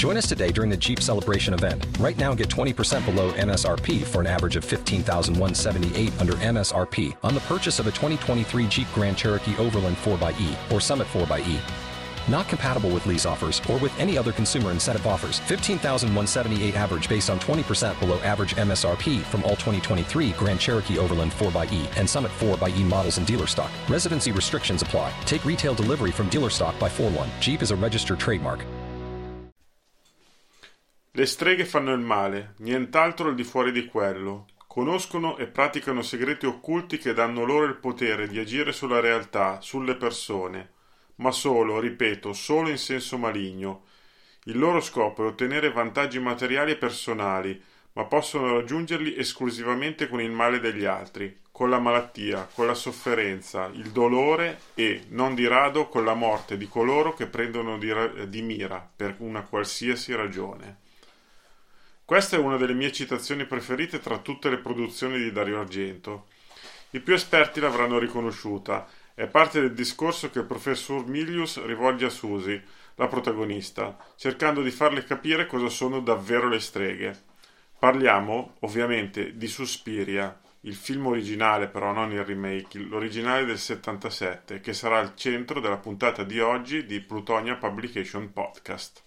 Join us today during the Jeep Celebration event. Right now, get 20% below MSRP for an average of $15,178 under MSRP on the purchase of a 2023 Jeep Grand Cherokee Overland 4xE or Summit 4xE. Not compatible with lease offers or with any other consumer incentive offers. $15,178 average based on 20% below average MSRP from all 2023 Grand Cherokee Overland 4xE and Summit 4xE models in dealer stock. Residency restrictions apply. Take retail delivery from dealer stock by 4/1. Jeep is a registered trademark. Le streghe fanno il male, nient'altro al di fuori di quello. Conoscono e praticano segreti occulti che danno loro il potere di agire sulla realtà, sulle persone. Ma solo, ripeto, solo in senso maligno. Il loro scopo è ottenere vantaggi materiali e personali, ma possono raggiungerli esclusivamente con il male degli altri, con la malattia, con la sofferenza, il dolore e, non di rado, con la morte di coloro che prendono di mira per una qualsiasi ragione. Questa è una delle mie citazioni preferite tra tutte le produzioni di Dario Argento. I più esperti l'avranno riconosciuta. È parte del discorso che il professor Milius rivolge a Susie, la protagonista, cercando di farle capire cosa sono davvero le streghe. Parliamo, ovviamente, di Suspiria, il film originale, però non il remake, l'originale del 77, che sarà al centro della puntata di oggi di Plutonia Publication Podcast.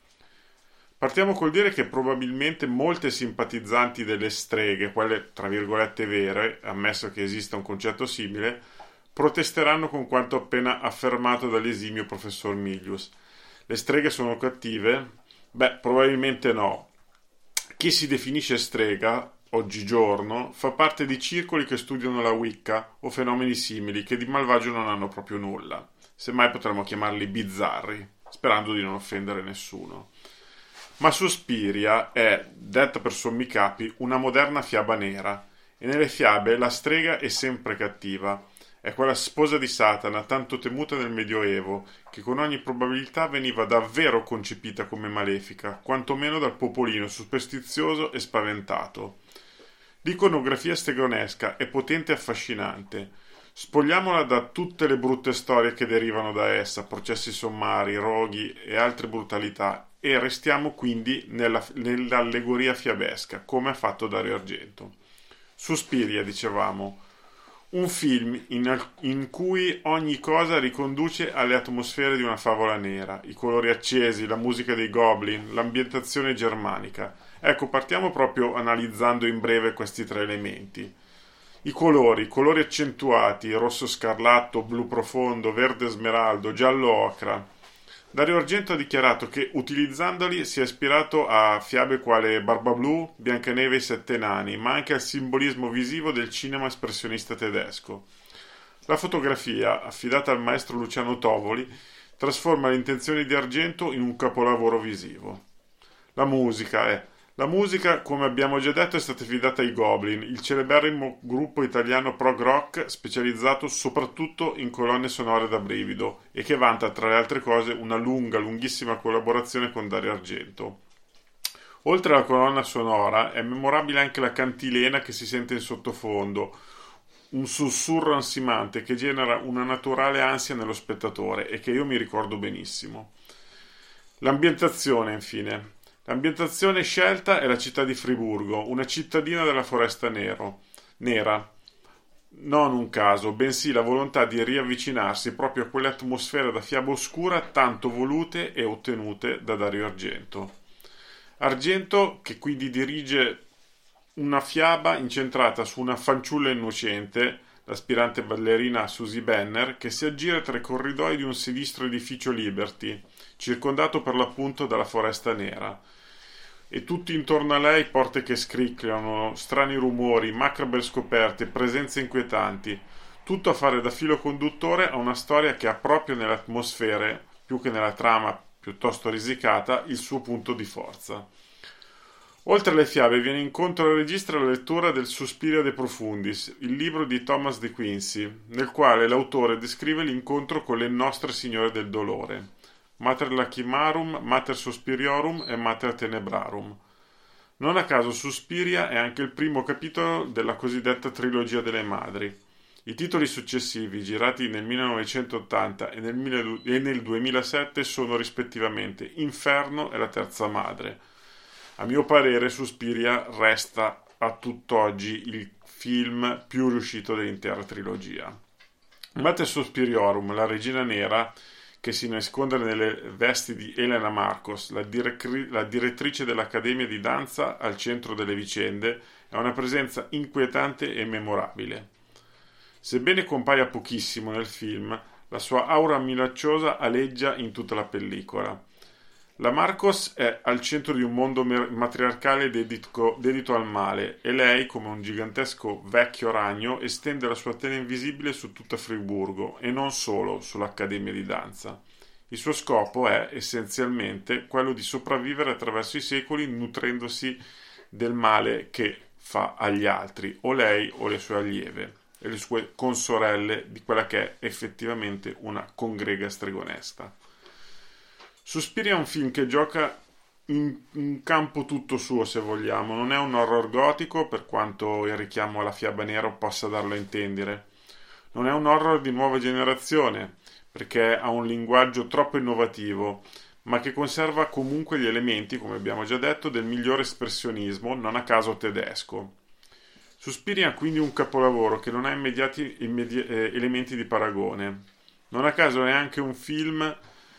Partiamo col dire che probabilmente molte simpatizzanti delle streghe, quelle tra virgolette vere, ammesso che esista un concetto simile, protesteranno con quanto appena affermato dall'esimio professor Milius. Le streghe sono cattive? Beh, probabilmente no. Chi si definisce strega, oggigiorno, fa parte di circoli che studiano la Wicca o fenomeni simili che di malvagio non hanno proprio nulla. Semmai potremmo chiamarli bizzarri, sperando di non offendere nessuno. Ma Suspiria è, detta per sommi capi, una moderna fiaba nera, e nelle fiabe la strega è sempre cattiva. È quella sposa di Satana tanto temuta nel Medioevo, che con ogni probabilità veniva davvero concepita come malefica, quantomeno dal popolino superstizioso e spaventato. L'iconografia stregonesca è potente e affascinante. Spogliamola da tutte le brutte storie che derivano da essa, processi sommari, roghi e altre brutalità, e restiamo quindi nell'allegoria fiabesca, come ha fatto Dario Argento. Suspiria, dicevamo. Un film in cui ogni cosa riconduce alle atmosfere di una favola nera, i colori accesi, la musica dei goblin, l'ambientazione germanica. Ecco, partiamo proprio analizzando in breve questi tre elementi. I colori accentuati, rosso scarlatto, blu profondo, verde smeraldo, giallo ocra. Dario Argento ha dichiarato che utilizzandoli si è ispirato a fiabe quale Barbablù, Biancaneve e i Sette Nani, ma anche al simbolismo visivo del cinema espressionista tedesco. La fotografia, affidata al maestro Luciano Tovoli, trasforma le intenzioni di Argento in un capolavoro visivo. La musica, come abbiamo già detto, è stata affidata ai Goblin, il celeberrimo gruppo italiano prog rock specializzato soprattutto in colonne sonore da brivido e che vanta, tra le altre cose, una lunghissima collaborazione con Dario Argento. Oltre alla colonna sonora, è memorabile anche la cantilena che si sente in sottofondo, un sussurro ansimante che genera una naturale ansia nello spettatore e che io mi ricordo benissimo. L'ambientazione, infine. L'ambientazione scelta è la città di Friburgo, una cittadina della foresta nera. Non un caso, bensì la volontà di riavvicinarsi proprio a quelle atmosfere da fiaba oscura tanto volute e ottenute da Dario Argento. Argento che quindi dirige una fiaba incentrata su una fanciulla innocente, l'aspirante ballerina Susie Benner, che si aggira tra i corridoi di un sinistro edificio Liberty, circondato per l'appunto dalla foresta nera. E tutti intorno a lei porte che scricchiolano, strani rumori, macabre scoperte, presenze inquietanti, tutto a fare da filo conduttore a una storia che ha proprio nelle atmosfere, più che nella trama piuttosto risicata, il suo punto di forza. Oltre alle fiabe viene incontro al regista la lettura del Suspiria de Profundis, il libro di Thomas de Quincey, nel quale l'autore descrive l'incontro con le Nostre Signore del Dolore. Mater Lacrimarum, Mater Suspiriorum e Mater Tenebrarum. Non a caso Suspiria è anche il primo capitolo della cosiddetta trilogia delle madri. I titoli successivi, girati nel 1980 e nel 2007, sono rispettivamente Inferno e La terza madre. A mio parere, Suspiria resta a tutt'oggi il film più riuscito dell'intera trilogia. Mate Suspiriorum, la regina nera, che si nasconde nelle vesti di Elena Marcos, la direttrice dell'Accademia di Danza al centro delle vicende, è una presenza inquietante e memorabile. Sebbene compaia pochissimo nel film, la sua aura minacciosa aleggia in tutta la pellicola. La Marcos è al centro di un mondo matriarcale dedito al male e lei, come un gigantesco vecchio ragno, estende la sua tela invisibile su tutta Friburgo e non solo sull'Accademia di Danza. Il suo scopo è essenzialmente quello di sopravvivere attraverso i secoli nutrendosi del male che fa agli altri, o lei o le sue allieve e le sue consorelle di quella che è effettivamente una congrega stregonesta. Suspiria è un film che gioca in un campo tutto suo, se vogliamo. Non è un horror gotico, per quanto il richiamo alla fiaba nera possa darlo a intendere. Non è un horror di nuova generazione, perché ha un linguaggio troppo innovativo, ma che conserva comunque gli elementi, come abbiamo già detto, del migliore espressionismo, non a caso tedesco. Suspiria è quindi un capolavoro che non ha elementi di paragone. Non a caso è anche un film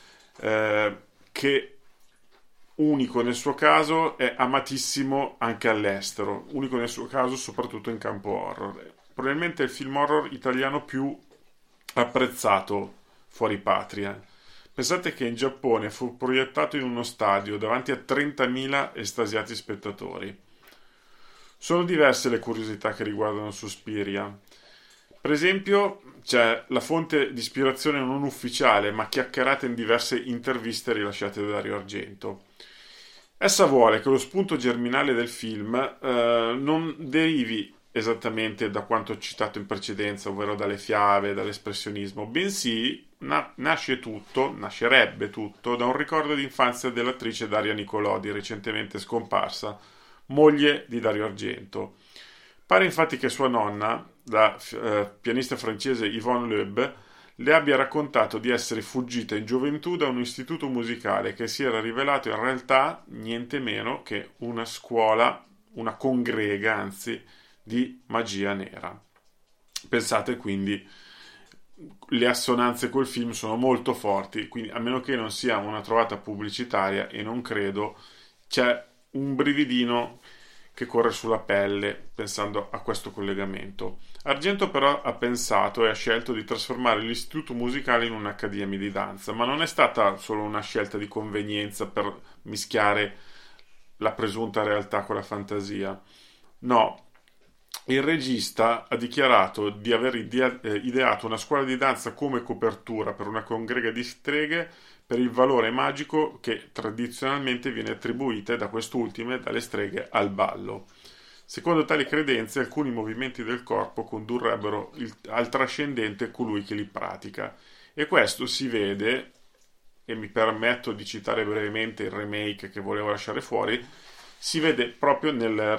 che, unico nel suo caso, è amatissimo anche all'estero, unico nel suo caso soprattutto in campo horror. Probabilmente è il film horror italiano più apprezzato fuori patria. Pensate che in Giappone fu proiettato in uno stadio davanti a 30.000 estasiati spettatori. Sono diverse le curiosità che riguardano Suspiria. Per esempio, c'è la fonte di ispirazione non ufficiale, ma chiacchierata in diverse interviste rilasciate da Dario Argento. Essa vuole che lo spunto germinale del film non derivi esattamente da quanto citato in precedenza, ovvero dalle fiabe, dall'espressionismo, bensì nascerebbe tutto da un ricordo di infanzia dell'attrice Daria Nicolodi, recentemente scomparsa, moglie di Dario Argento. Pare infatti che sua nonna, la pianista francese Yvonne Leub, le abbia raccontato di essere fuggita in gioventù da un istituto musicale che si era rivelato in realtà niente meno che una scuola, una congrega anzi, di magia nera. Pensate quindi, le assonanze col film sono molto forti, quindi a meno che non sia una trovata pubblicitaria, e non credo, c'è un brividino che corre sulla pelle pensando a questo collegamento. Argento però ha pensato e ha scelto di trasformare l'istituto musicale in un'accademia di danza, ma non è stata solo una scelta di convenienza per mischiare la presunta realtà con la fantasia. No, il regista ha dichiarato di aver ideato una scuola di danza come copertura per una congrega di streghe per il valore magico che tradizionalmente viene attribuito da quest'ultime, dalle streghe, al ballo. Secondo tali credenze, alcuni movimenti del corpo condurrebbero al trascendente colui che li pratica. E questo si vede, e mi permetto di citare brevemente il remake che volevo lasciare fuori, si vede proprio nel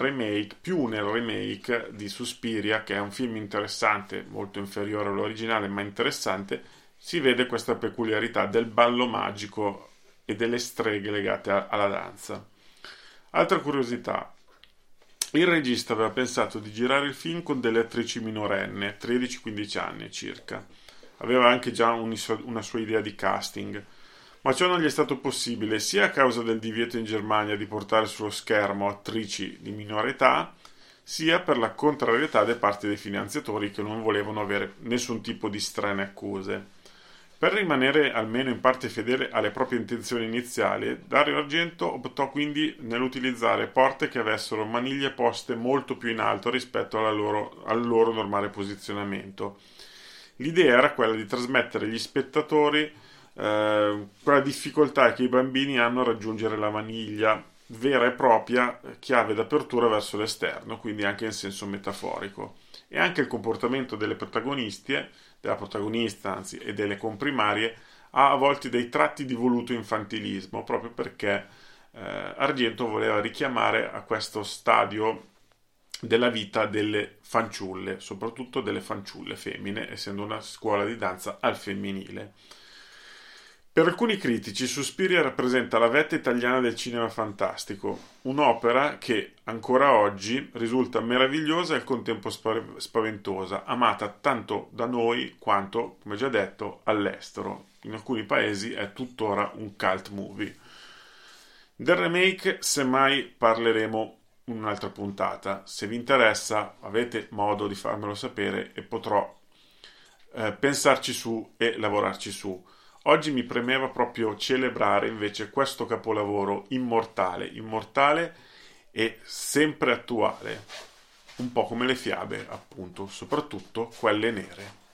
remake di Suspiria, che è un film interessante, molto inferiore all'originale, ma interessante. Si vede questa peculiarità del ballo magico e delle streghe legate alla danza. Altra curiosità: il regista aveva pensato di girare il film con delle attrici minorenne, 13-15 anni circa. Aveva anche già una sua idea di casting, ma ciò non gli è stato possibile sia a causa del divieto in Germania di portare sullo schermo attrici di minore età, sia per la contrarietà da parte dei finanziatori che non volevano avere nessun tipo di strane accuse. Per rimanere almeno in parte fedele alle proprie intenzioni iniziali, Dario Argento optò quindi nell'utilizzare porte che avessero maniglie poste molto più in alto rispetto al loro normale posizionamento. L'idea era quella di trasmettere agli spettatori quella difficoltà che i bambini hanno a raggiungere la maniglia vera e propria, chiave d'apertura verso l'esterno, quindi anche in senso metaforico. E anche il comportamento della protagonista, anzi, e delle comprimarie ha a volte dei tratti di voluto infantilismo, proprio perché Argento voleva richiamare a questo stadio della vita delle fanciulle, soprattutto delle fanciulle femmine, essendo una scuola di danza al femminile. Per alcuni critici Suspiria rappresenta la vetta italiana del cinema fantastico, un'opera che ancora oggi risulta meravigliosa e al contempo spaventosa, amata tanto da noi quanto, come già detto, all'estero. In alcuni paesi è tuttora un cult movie. Del remake, semmai, parleremo in un'altra puntata. Se vi interessa, avete modo di farmelo sapere e potrò pensarci su e lavorarci su. Oggi mi premeva proprio celebrare invece questo capolavoro immortale e sempre attuale, un po' come le fiabe, appunto, soprattutto quelle nere.